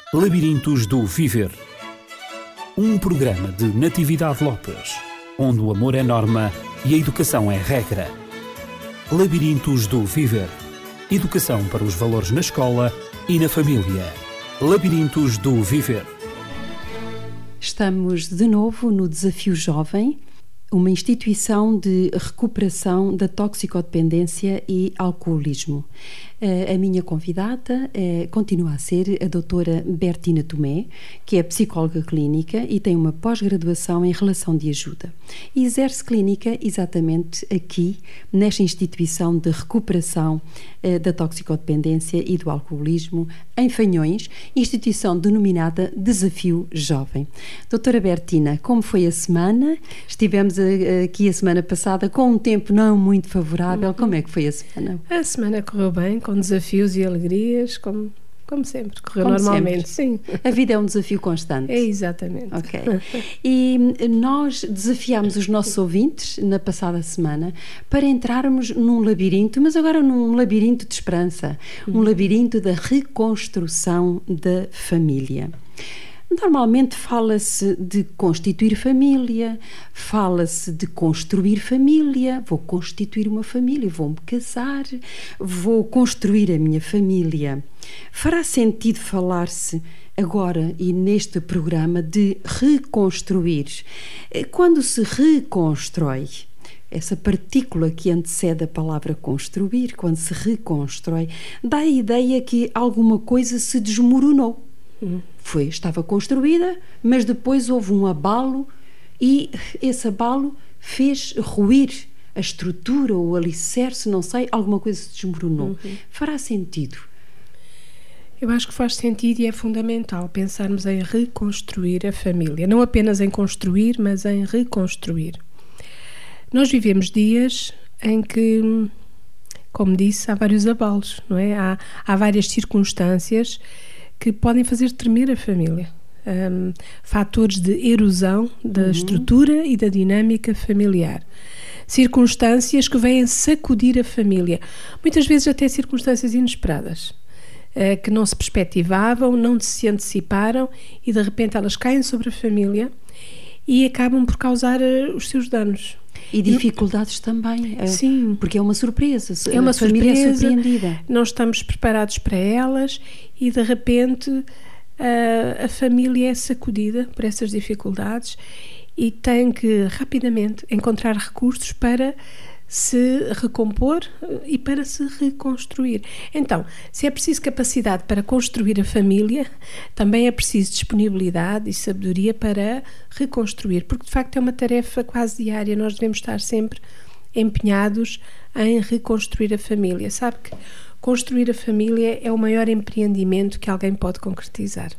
Labirintos do Viver. Um programa de Natividade Lopes, onde o amor é norma e a educação é regra. Labirintos do Viver. Educação para os valores na escola e na família. Labirintos do Viver. Estamos de novo no Desafio Jovem, uma instituição de recuperação da toxicodependência e alcoolismo. A minha convidada continua a ser a doutora Bertina Tomé, que é psicóloga clínica e tem uma pós-graduação em relação de ajuda. E exerce clínica exatamente aqui, nesta instituição de recuperação da toxicodependência e do alcoolismo, em Fanhões, instituição denominada Desafio Jovem. Doutora Bertina, como foi a semana? Estivemos aqui a semana passada com um tempo não muito favorável. Como é que foi a semana? A semana correu bem, com desafios e alegrias, como sempre, correu como normalmente, sempre. sim. A vida é um desafio constante. É, exatamente. Ok. E nós desafiámos os nossos ouvintes na passada semana para entrarmos num labirinto, mas agora num labirinto de esperança, um labirinto da reconstrução da família. Normalmente fala-se de constituir família, fala-se de construir família, vou constituir uma família, vou-me casar, vou construir a minha família. Fará sentido falar-se agora e neste programa de reconstruir? Quando se reconstrói, essa partícula que antecede a palavra construir, quando se reconstrói, dá a ideia que alguma coisa se desmoronou. Estava construída, mas depois houve um abalo e esse abalo fez ruir a estrutura ou o alicerce, não sei, alguma coisa se desmoronou. Fará sentido? Eu acho que faz sentido e é fundamental pensarmos em reconstruir a família. Não apenas em construir, mas em reconstruir. Nós vivemos dias em que, como disse, há vários abalos, não é? Há várias circunstâncias que podem fazer tremer a família. Fatores de erosão da estrutura e da dinâmica familiar. Circunstâncias que vêm sacudir a família. Muitas vezes até circunstâncias inesperadas, que não se perspectivavam, não se anteciparam e de repente elas caem sobre a família e acabam por causar os seus danos. E dificuldades também. Sim. Porque é uma surpresa. É uma família surpresa, é surpreendida. Não estamos preparados para elas e de repente a família é sacudida por essas dificuldades e tem que rapidamente encontrar recursos para se recompor e para se reconstruir. Então, se é preciso capacidade para construir a família, também é preciso disponibilidade e sabedoria para reconstruir, porque de facto é uma tarefa quase diária. Nós devemos estar sempre empenhados em reconstruir a família. Sabe que construir a família é o maior empreendimento que alguém pode concretizar.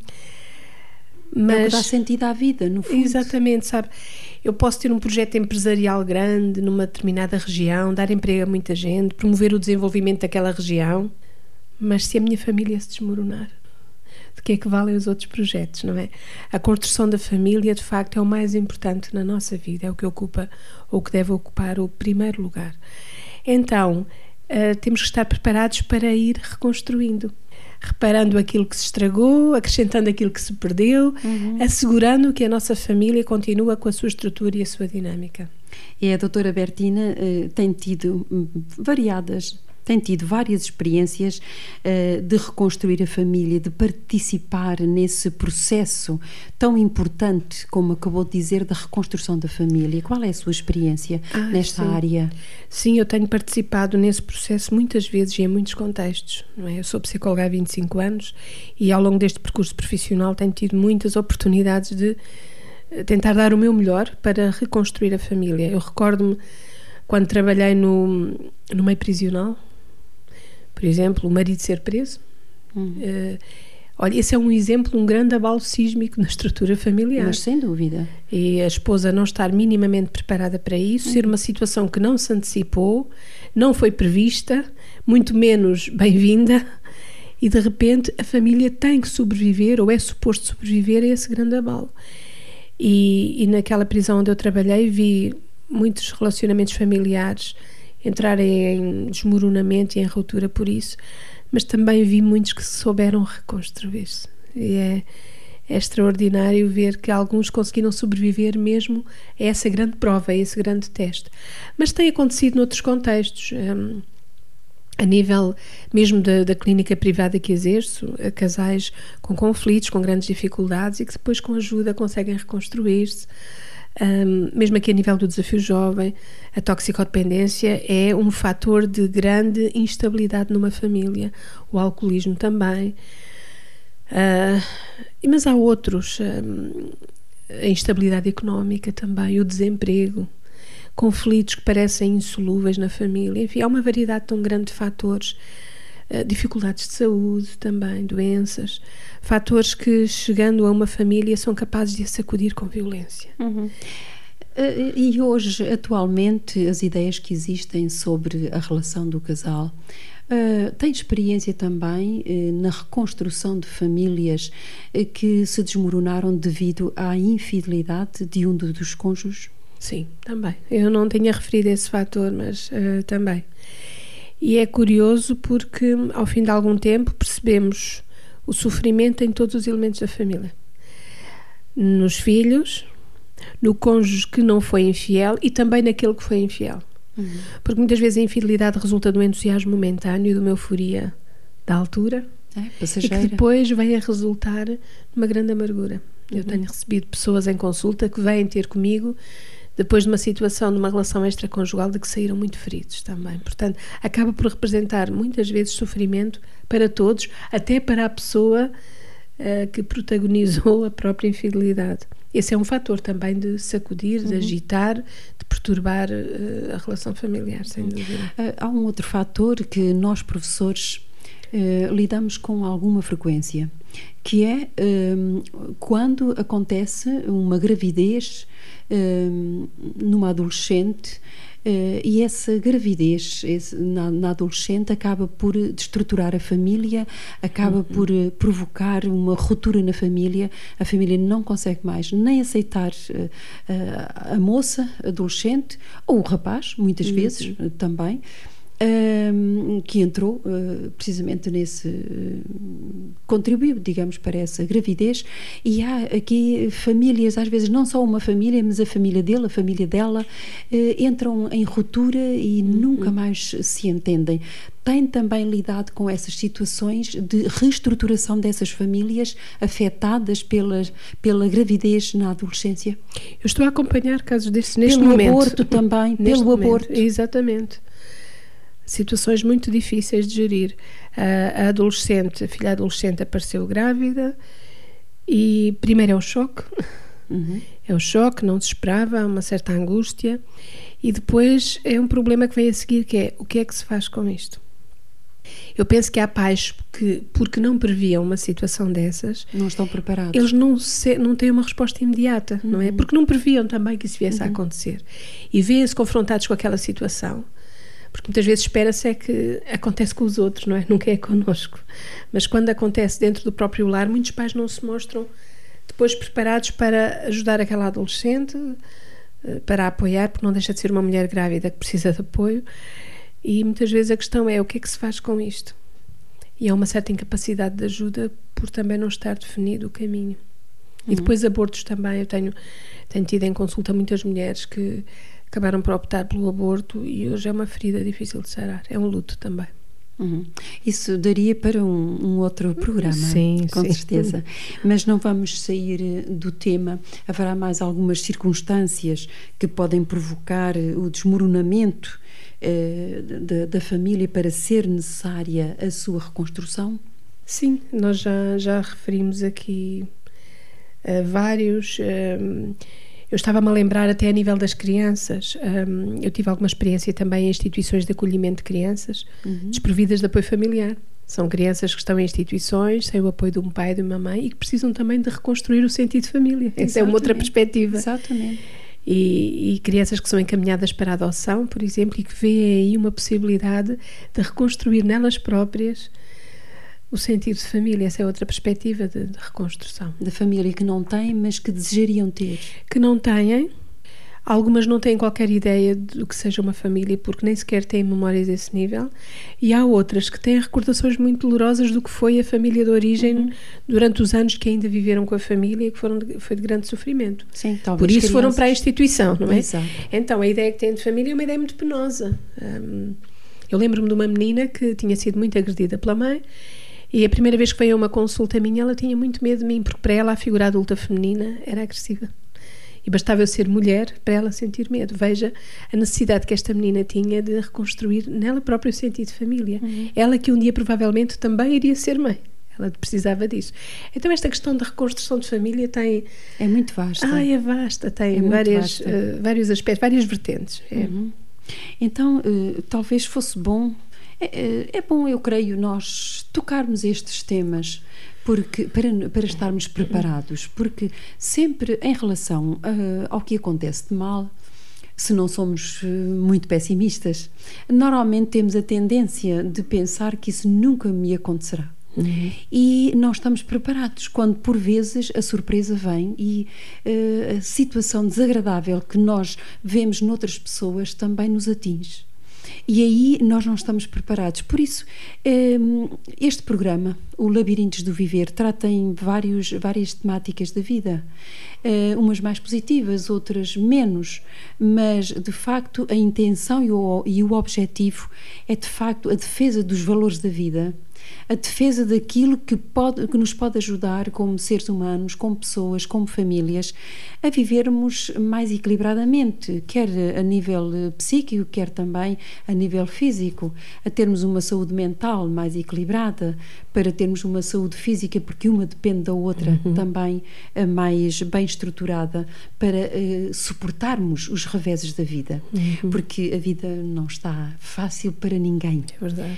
Mas é o que dá sentido à vida, no fundo. Exatamente, sabe? Eu posso ter um projeto empresarial grande numa determinada região, dar emprego a muita gente, promover o desenvolvimento daquela região, mas se a minha família se desmoronar, de que é que valem os outros projetos, não é? A construção da família, de facto, é o mais importante na nossa vida, é o que ocupa, ou que deve ocupar o primeiro lugar. Então, temos que estar preparados para ir reconstruindo, reparando aquilo que se estragou, acrescentando aquilo que se perdeu, assegurando que a nossa família continua com a sua estrutura e a sua dinâmica. E a doutora Bertina tem tido várias experiências de reconstruir a família, de participar nesse processo tão importante, como acabou de dizer, da reconstrução da família. Qual é a sua experiência nesta área? Sim, eu tenho participado nesse processo muitas vezes e em muitos contextos, não é? Eu sou psicóloga há 25 anos e ao longo deste percurso profissional tenho tido muitas oportunidades de tentar dar o meu melhor para reconstruir a família. Eu recordo-me quando trabalhei no meio prisional, por exemplo, o marido ser preso. Olha, esse é um exemplo, um grande abalo sísmico na estrutura familiar. Mas sem dúvida. E a esposa não estar minimamente preparada para isso, ser uma situação que não se antecipou, não foi prevista, muito menos bem-vinda, e de repente a família tem que sobreviver, ou é suposto sobreviver a esse grande abalo. E naquela prisão onde eu trabalhei vi muitos relacionamentos familiares entrarem em desmoronamento e em ruptura por isso, mas também vi muitos que souberam reconstruir-se. E é extraordinário ver que alguns conseguiram sobreviver mesmo a essa grande prova, a esse grande teste. Mas tem acontecido noutros contextos, a nível mesmo da clínica privada que exerço, a casais com conflitos, com grandes dificuldades e que depois com ajuda conseguem reconstruir-se. Mesmo aqui a nível do desafio jovem, a toxicodependência é um fator de grande instabilidade numa família, o alcoolismo também. Mas há outros, a instabilidade económica também, o desemprego, conflitos que parecem insolúveis na família, enfim, há uma variedade tão grande de fatores, dificuldades de saúde também, doenças, fatores que chegando a uma família são capazes de a sacudir com violência. E hoje, atualmente, as ideias que existem sobre a relação do casal, tem experiência também na reconstrução de famílias que se desmoronaram devido à infidelidade de um dos cônjuges? Sim, também. Eu não tinha referido esse fator, mas também. E é curioso porque, ao fim de algum tempo, percebemos o sofrimento em todos os elementos da família. Nos filhos, no cônjuge que não foi infiel e também naquele que foi infiel. Porque muitas vezes a infidelidade resulta do entusiasmo momentâneo, de uma euforia da altura, passageira, e que depois vem a resultar numa grande amargura. Eu tenho recebido pessoas em consulta que vêm ter comigo depois de uma situação, de uma relação extraconjugal, de que saíram muito feridos também. Portanto, acaba por representar muitas vezes sofrimento para todos, até para a pessoa que protagonizou a própria infidelidade. Esse é um fator também de sacudir, de agitar, de perturbar a relação familiar, sem dúvida. Há um outro fator que nós, professores, lidamos com alguma frequência, que é quando acontece uma gravidez numa adolescente, e essa gravidez na adolescente acaba por destruturar a família, acaba por provocar uma ruptura na família. A família não consegue mais nem aceitar a moça adolescente, ou o rapaz, muitas vezes também, que entrou precisamente nesse, contribuiu, digamos, para essa gravidez. E há aqui famílias, às vezes não só uma família, mas a família dele, a família dela, entram em ruptura e nunca mais se entendem. Tem também lidado com essas situações de reestruturação dessas famílias afetadas pela gravidez na adolescência? Eu estou a acompanhar casos desses neste momento. Pelo aborto também, pelo aborto. Exatamente. Situações muito difíceis de gerir. A adolescente, a filha adolescente apareceu grávida e primeiro é o choque. É o choque, não se esperava, uma certa angústia, e depois é um problema que vem a seguir, que é: o que é que se faz com isto? Eu penso que há pais que, porque não previam uma situação dessas, não estão preparados. Eles não têm uma resposta imediata, não é? Porque não previam também que isso viesse a acontecer. E vêem-se confrontados com aquela situação. Porque muitas vezes espera-se é que acontece com os outros, não é? Nunca é connosco. Mas quando acontece dentro do próprio lar, muitos pais não se mostram depois preparados para ajudar aquela adolescente, para a apoiar, porque não deixa de ser uma mulher grávida que precisa de apoio. E muitas vezes a questão é: o que é que se faz com isto? E há uma certa incapacidade de ajuda por também não estar definido o caminho. E depois abortos também. Eu tenho tido em consulta muitas mulheres que acabaram por optar pelo aborto e hoje é uma ferida difícil de sarar. É um luto também. Isso daria para um outro programa, sim, com certeza. Mas não vamos sair do tema. Haverá mais algumas circunstâncias que podem provocar o desmoronamento da família para ser necessária a sua reconstrução? Sim, nós já referimos aqui vários. Eu estava-me a lembrar até a nível das crianças. Eu tive alguma experiência também em instituições de acolhimento de crianças desprovidas de apoio familiar. São crianças que estão em instituições sem o apoio de um pai e de uma mãe e que precisam também de reconstruir o sentido de família. Essa é uma outra perspectiva. Exatamente. E crianças que são encaminhadas para a adoção, por exemplo, e que veem aí uma possibilidade de reconstruir nelas próprias o sentido de família. Essa é outra perspectiva de reconstrução. Da família que não têm, mas que desejariam ter. Que não têm. Algumas não têm qualquer ideia do que seja uma família, porque nem sequer têm memórias desse nível. E há outras que têm recordações muito dolorosas do que foi a família de origem durante os anos que ainda viveram com a família, que foi de grande sofrimento. Sim, talvez por isso crianças foram para a instituição, não é? Exato. Então, a ideia que têm de família é uma ideia muito penosa. Eu lembro-me de uma menina que tinha sido muito agredida pela mãe, e a primeira vez que veio a uma consulta minha, ela tinha muito medo de mim, porque para ela a figura adulta feminina era agressiva. E bastava eu ser mulher para ela sentir medo. Veja a necessidade que esta menina tinha de reconstruir nela própria o sentido de família. Ela que um dia provavelmente também iria ser mãe. Ela precisava disso. Então esta questão da reconstrução de família tem... É muito vasta. É vasta. Tem vários aspectos, várias vertentes. Então, talvez fosse bom... É bom, eu creio, nós tocarmos estes temas porque, para estarmos preparados, porque sempre em relação ao que acontece de mal, se não somos muito pessimistas, normalmente temos a tendência de pensar que isso nunca me acontecerá. E nós estamos preparados quando por vezes a surpresa vem e a situação desagradável que nós vemos noutras pessoas também nos atinge. E aí nós não estamos preparados. Por isso, este programa, o Labirintos do Viver, trata em várias temáticas da vida. Umas mais positivas, outras menos. Mas, de facto, a intenção e o objetivo é, de facto, a defesa dos valores da vida. A defesa daquilo que nos pode ajudar como seres humanos, como pessoas, como famílias, a vivermos mais equilibradamente, quer a nível psíquico, quer também a nível físico, a termos uma saúde mental mais equilibrada, para termos uma saúde física, porque uma depende da outra, também mais bem estruturada, para suportarmos os reveses da vida, porque a vida não está fácil para ninguém. É verdade.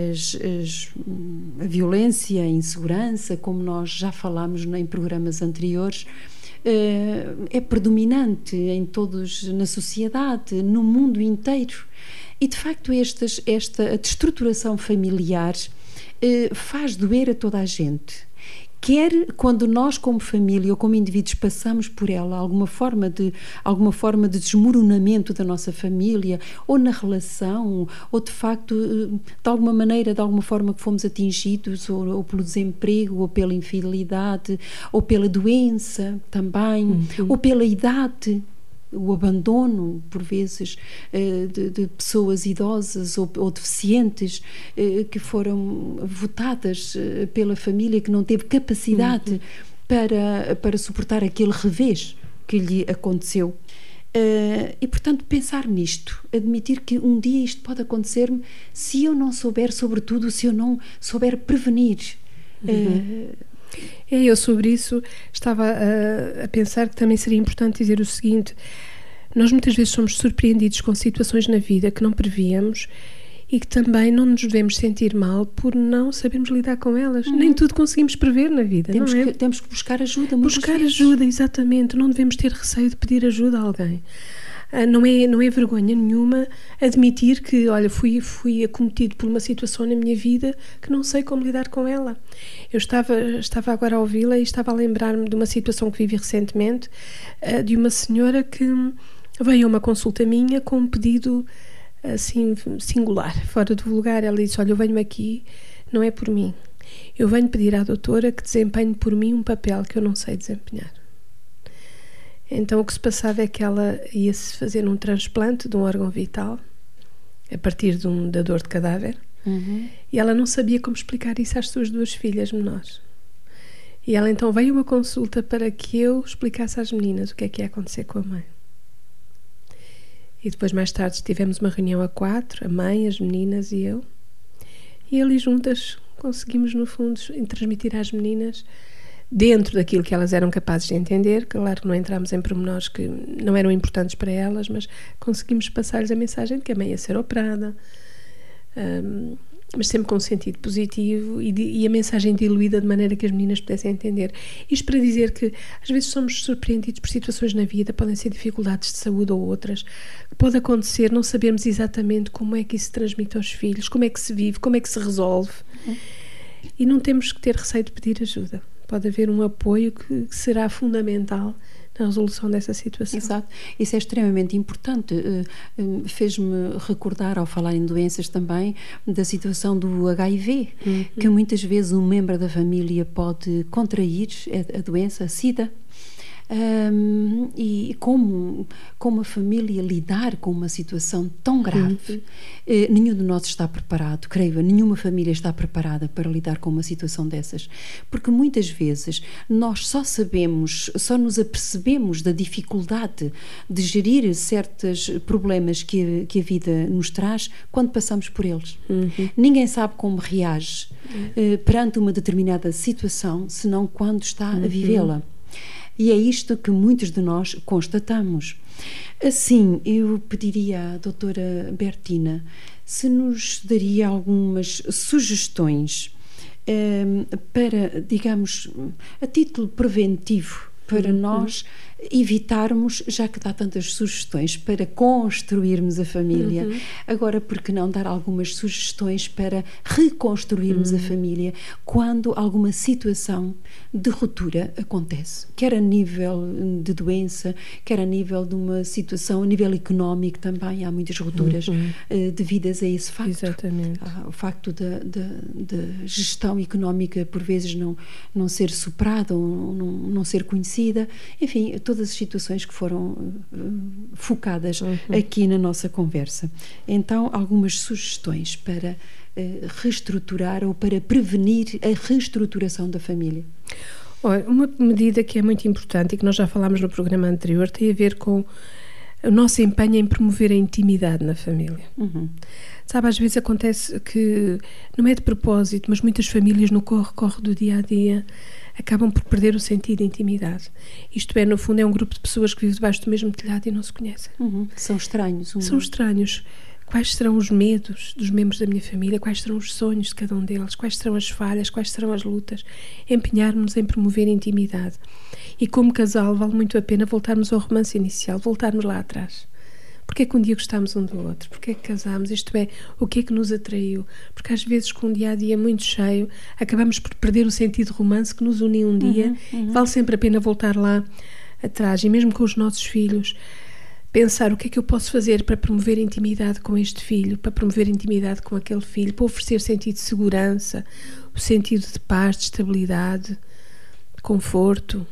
A violência, a insegurança, como nós já falámos em programas anteriores, é predominante em todos, na sociedade, no mundo inteiro. E, de facto, esta destruturação familiar faz doer a toda a gente. Quer quando nós, como família ou como indivíduos, passamos por ela, alguma forma de desmoronamento da nossa família, ou na relação, ou de facto, de alguma maneira, de alguma forma que fomos atingidos, ou pelo desemprego, ou pela infidelidade, ou pela doença também, ou pela idade, o abandono, por vezes, de pessoas idosas ou deficientes que foram votadas pela família, que não teve capacidade para suportar aquele revés que lhe aconteceu. E, portanto, pensar nisto, admitir que um dia isto pode acontecer-me se eu não souber, sobretudo, se eu não souber prevenir. Eu sobre isso estava a pensar que também seria importante dizer o seguinte: nós muitas vezes somos surpreendidos com situações na vida que não prevíamos e que também não nos devemos sentir mal por não sabermos lidar com elas. Nem tudo conseguimos prever na vida. Temos que buscar ajuda. Buscar ajuda, exatamente. Não devemos ter receio de pedir ajuda a alguém. Não é vergonha nenhuma admitir que, olha, fui acometido por uma situação na minha vida que não sei como lidar com ela. Eu estava agora a ouvi-la e estava a lembrar-me de uma situação que vivi recentemente, de uma senhora que veio a uma consulta minha com um pedido assim singular, fora do lugar. Ela disse: olha, eu venho aqui, não é por mim. Eu venho pedir à doutora que desempenhe por mim um papel que eu não sei desempenhar. Então o que se passava é que ela ia-se fazer um transplante de um órgão vital a partir de um dador de cadáver, e ela não sabia como explicar isso às suas duas filhas menores. E ela então veio a uma consulta para que eu explicasse às meninas o que é que ia acontecer com a mãe. E depois, mais tarde, tivemos uma reunião a 4, a mãe, as meninas e eu, e ali juntas conseguimos, no fundo, transmitir às meninas, dentro daquilo que elas eram capazes de entender. Claro que não entramos em pormenores que não eram importantes para elas, mas conseguimos passar-lhes a mensagem de que a mãe ia ser operada, mas sempre com um sentido positivo, e a mensagem diluída de maneira que as meninas pudessem entender. Isto para dizer que às vezes somos surpreendidos por situações na vida, podem ser dificuldades de saúde ou outras, pode acontecer, não sabemos exatamente como é que isso se transmite aos filhos, como é que se vive, como é que se resolve, e não temos que ter receio de pedir ajuda. Pode haver um apoio que será fundamental na resolução dessa situação. Exato. Isso é extremamente importante. Fez-me recordar, ao falar em doenças também, da situação do HIV, que muitas vezes um membro da família pode contrair a doença, a SIDA. E como a família lidar com uma situação tão grave, nenhum de nós está preparado, creio, nenhuma família está preparada para lidar com uma situação dessas, porque muitas vezes nós só nos apercebemos da dificuldade de gerir certos problemas que a vida nos traz quando passamos por eles. Ninguém sabe como reage perante uma determinada situação, senão quando está a vivê-la. E é isto que muitos de nós constatamos. Assim, eu pediria à doutora Bertina se nos daria algumas sugestões para, digamos, a título preventivo, para nós evitarmos, já que dá tantas sugestões para construirmos a família, agora por que não dar algumas sugestões para reconstruirmos a família quando alguma situação de ruptura acontece, quer a nível de doença, quer a nível de uma situação, a nível económico também, há muitas rupturas devidas a esse facto. Exatamente. O facto da gestão económica por vezes não ser superada ou não ser conhecida, enfim, todas as situações que foram focadas aqui na nossa conversa. Então, algumas sugestões para reestruturar ou para prevenir a reestruturação da família. Olha, uma medida que é muito importante e que nós já falámos no programa anterior tem a ver com o nosso empenho em promover a intimidade na família. Sabe, às vezes acontece que, não é de propósito, mas muitas famílias no corre-corre do dia-a-dia acabam por perder o sentido de intimidade. Isto é, no fundo, é um grupo de pessoas que vive debaixo do mesmo telhado e não se conhecem. São estranhos. São estranhos. Quais serão os medos dos membros da minha família? Quais serão os sonhos de cada um deles? Quais serão as falhas? Quais serão as lutas? Empenharmos em promover a intimidade. E como casal vale muito a pena voltarmos ao romance inicial, voltarmos lá atrás. Porque é que um dia gostámos um do outro? Porque é que casámos? Isto é, o que é que nos atraiu? Porque às vezes com um dia-a-dia muito cheio acabamos por perder o sentido de romance que nos uniu um dia. Vale sempre a pena voltar lá atrás. E mesmo com os nossos filhos, pensar o que é que eu posso fazer para promover a intimidade com este filho, para promover a intimidade com aquele filho, para oferecer sentido de segurança, o sentido de paz, de estabilidade, de conforto.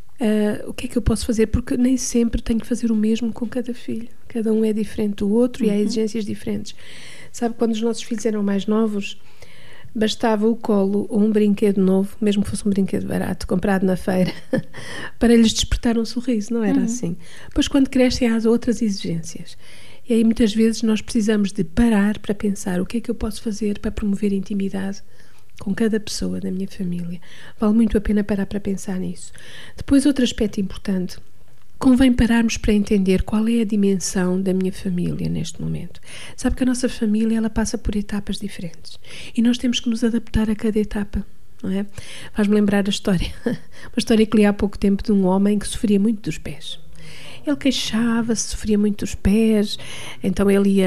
O que é que eu posso fazer? Porque nem sempre tenho que fazer o mesmo com cada filho. Cada um é diferente do outro e há exigências diferentes. Sabe, quando os nossos filhos eram mais novos, bastava o colo ou um brinquedo novo, mesmo que fosse um brinquedo barato, comprado na feira, para lhes despertar um sorriso, não era assim? Pois quando crescem há outras exigências. E aí muitas vezes nós precisamos de parar para pensar o que é que eu posso fazer para promover a intimidade com cada pessoa da minha família. Vale muito a pena parar para pensar nisso. Depois, outro aspecto importante, convém pararmos para entender qual é a dimensão da minha família neste momento. Sabe que a nossa família, ela passa por etapas diferentes e nós temos que nos adaptar a cada etapa, não é? Faz-me lembrar uma história que li há pouco tempo de um homem que sofria muito dos pés. Ele queixava-se, sofria muito dos pés, então ele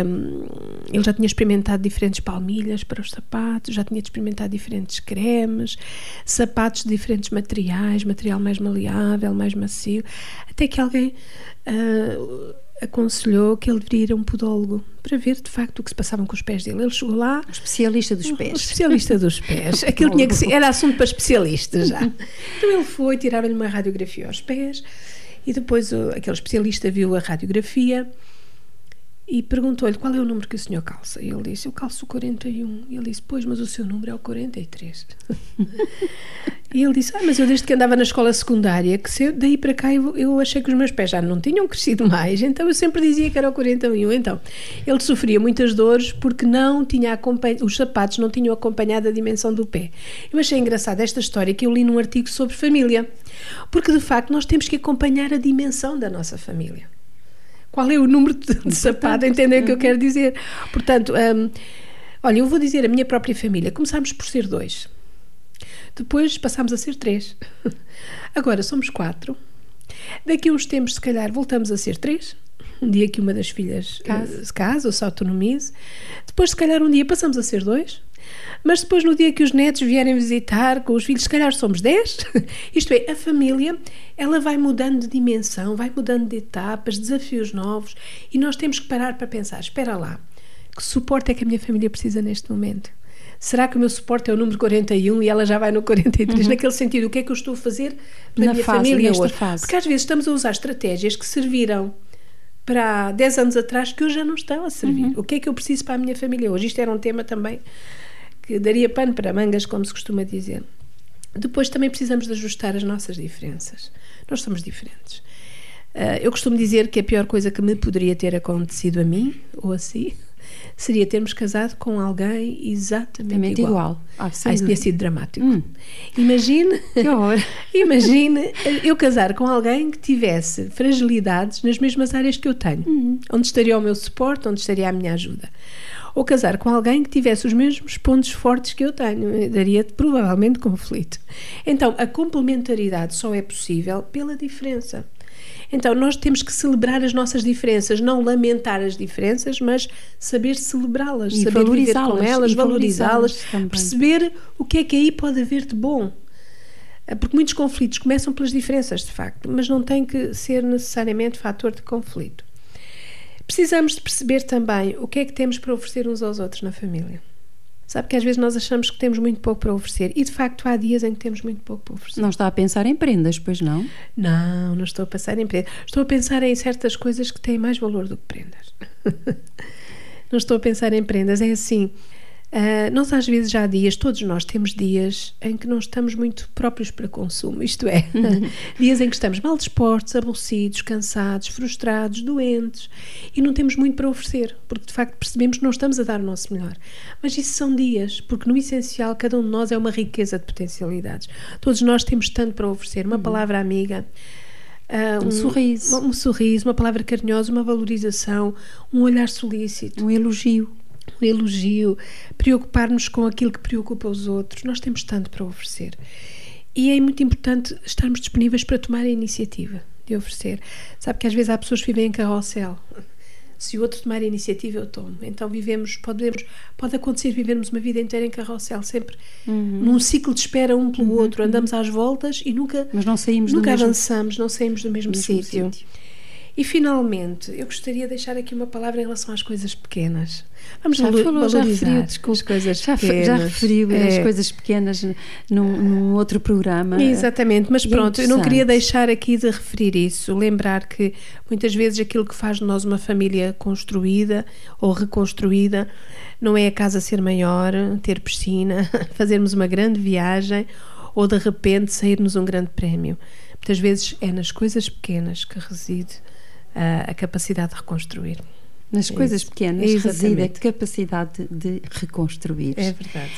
já tinha experimentado diferentes palmilhas para os sapatos, já tinha experimentado diferentes cremes, sapatos de diferentes materiais, material mais maleável, mais macio, até que alguém aconselhou que ele deveria ir a um podólogo para ver de facto o que se passava com os pés dele. Ele chegou lá... O especialista dos pés. O especialista dos pés. Aquilo tinha que ser, era assunto para especialistas já. Então ele foi, tiraram-lhe uma radiografia aos pés. E depois aquele especialista viu a radiografia e perguntou-lhe qual é o número que o senhor calça. E ele disse, eu calço o 41. E ele disse, pois, mas o seu número é o 43. E ele disse, mas eu desde que andava na escola secundária, que daí para cá eu achei que os meus pés já não tinham crescido mais, então eu sempre dizia que era o 41. Então, ele sofria muitas dores porque os sapatos não tinham acompanhado a dimensão do pé. Eu achei engraçada esta história que eu li num artigo sobre família, porque de facto nós temos que acompanhar a dimensão da nossa família. Qual é o número de sapato, entendem o que eu quero dizer? Portanto, olha, eu vou dizer a minha própria família, começámos por ser 2, depois passámos a ser 3, agora somos 4, daqui a uns tempos se calhar voltamos a ser 3, um dia que uma das filhas se case ou se autonomize, depois se calhar um dia passamos a ser 2, Mas depois, no dia que os netos vierem visitar com os filhos, se calhar somos 10. Isto é, a família, ela vai mudando de dimensão, vai mudando de etapas, desafios novos, e nós temos que parar para pensar, espera lá, que suporte é que a minha família precisa neste momento? Será que o meu suporte é o número 41 e ela já vai no 43? Naquele sentido, o que é que eu estou a fazer para a minha família hoje? Porque às vezes estamos a usar estratégias que serviram para 10 anos atrás que hoje já não estão a servir. O que é que eu preciso para a minha família hoje? Isto era um tema também que daria pano para mangas, como se costuma dizer. Depois também precisamos de ajustar as nossas diferenças. Nós somos diferentes. Eu costumo dizer que a pior coisa que me poderia ter acontecido a mim, ou assim, seria termos casado com alguém exatamente igual. Isso tinha sido dramático. Imagine eu casar com alguém que tivesse fragilidades nas mesmas áreas que eu tenho. Onde estaria o meu suporte, onde estaria a minha ajuda. Ou casar com alguém que tivesse os mesmos pontos fortes que eu tenho. Daria provavelmente conflito. Então, a complementaridade só é possível pela diferença. Então, nós temos que celebrar as nossas diferenças, não lamentar as diferenças, mas saber celebrá-las, saber viver com elas, valorizá-las, perceber o que é que aí pode haver de bom. Porque muitos conflitos começam pelas diferenças, de facto, mas não tem que ser necessariamente fator de conflito. Precisamos de perceber também o que é que temos para oferecer uns aos outros na família. Sabe que às vezes nós achamos que temos muito pouco para oferecer e de facto há dias em que temos muito pouco para oferecer. Não está a pensar em prendas, pois não? Não estou a pensar em prendas. Estou a pensar em certas coisas que têm mais valor do que prendas. Não estou a pensar em prendas, é assim... nós às vezes já há dias, todos nós temos dias em que não estamos muito próprios para consumo, isto é, dias em que estamos mal dispostos, aborrecidos, cansados, frustrados, doentes e não temos muito para oferecer, porque de facto percebemos que não estamos a dar o nosso melhor. Mas isso são dias, porque no essencial cada um de nós é uma riqueza de potencialidades. Todos nós temos tanto para oferecer, uma palavra amiga, um sorriso, uma palavra carinhosa, uma valorização, um olhar solícito, um elogio, preocupar-nos com aquilo que preocupa os outros. Nós temos tanto para oferecer e é muito importante estarmos disponíveis para tomar a iniciativa de oferecer. Sabe que às vezes há pessoas que vivem em carrossel. Se o outro tomar a iniciativa, eu tomo. Então pode acontecer vivermos uma vida inteira em carrossel, sempre num ciclo de espera um pelo outro, andamos às voltas e nunca avançamos, não saímos do mesmo sítio. E finalmente, eu gostaria de deixar aqui uma palavra em relação às coisas pequenas. Vamos valorizar as coisas pequenas. Já referiu as coisas pequenas num outro programa. Exatamente, mas pronto, eu não queria deixar aqui de referir isso. Lembrar que muitas vezes aquilo que faz de nós uma família construída ou reconstruída não é a casa ser maior, ter piscina, fazermos uma grande viagem ou de repente sairmos um grande prémio. Muitas vezes é nas coisas pequenas que reside a capacidade de reconstruir. Nas coisas pequenas reside a capacidade de reconstruir. É verdade.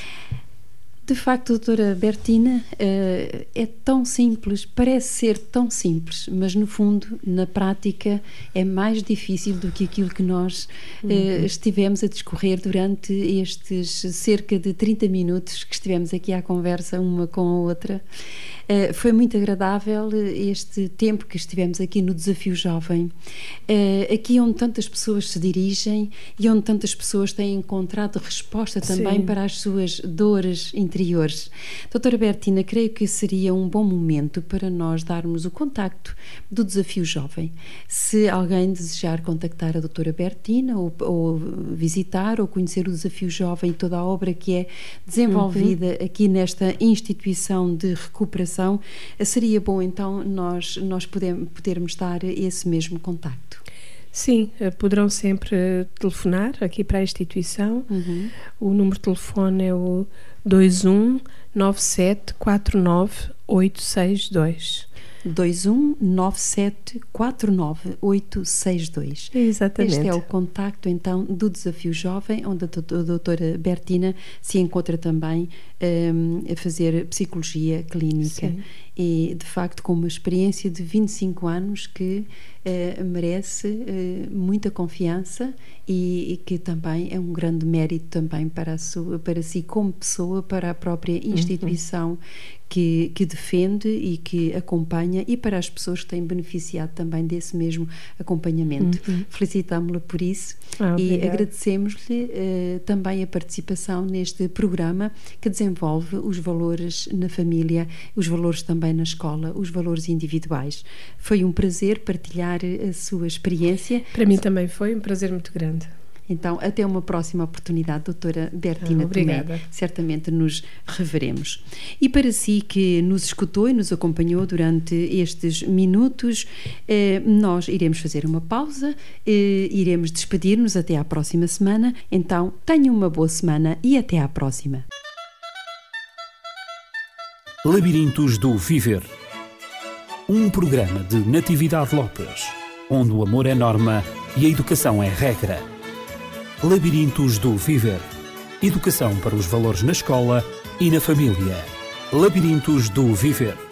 De facto, doutora Bertina, é tão simples, parece ser tão simples, mas no fundo, na prática, é mais difícil do que aquilo que nós estivemos a discorrer durante estes cerca de 30 minutos que estivemos aqui à conversa uma com a outra. Foi muito agradável este tempo que estivemos aqui no Desafio Jovem, aqui onde tantas pessoas se dirigem e onde tantas pessoas têm encontrado resposta também para as suas dores interiores. Doutora Bertina, creio que seria um bom momento para nós darmos o contacto do Desafio Jovem. Se alguém desejar contactar a doutora Bertina ou visitar ou conhecer o Desafio Jovem e toda a obra que é desenvolvida aqui nesta instituição de recuperação, seria bom então nós podermos dar esse mesmo contacto. Sim, poderão sempre telefonar aqui para a instituição. O número de telefone é o 21 97 49 862. 21 97 49 862. Exatamente. Este é o contacto então do Desafio Jovem, onde a doutora Bertina se encontra também a fazer psicologia clínica. Sim. e de facto com uma experiência de 25 anos que merece muita confiança e que também é um grande mérito também para si como pessoa, para a própria instituição que defende e que acompanha, e para as pessoas que têm beneficiado também desse mesmo acompanhamento. Felicitámo-la por isso e agradecemos-lhe também a participação neste programa que desenvolve os valores na família, os valores também na escola, os valores individuais. Foi um prazer partilhar a sua experiência. Para mim também foi um prazer muito grande. Então, até uma próxima oportunidade, doutora Bertina Tomé. Certamente nos reveremos. E para si que nos escutou e nos acompanhou durante estes minutos, nós iremos fazer uma pausa, iremos despedir-nos até à próxima semana. Então, tenha uma boa semana e até à próxima. Labirintos do Viver. Um programa de Natividade Lopes, onde o amor é norma e a educação é regra. Labirintos do Viver. Educação para os valores na escola e na família. Labirintos do Viver.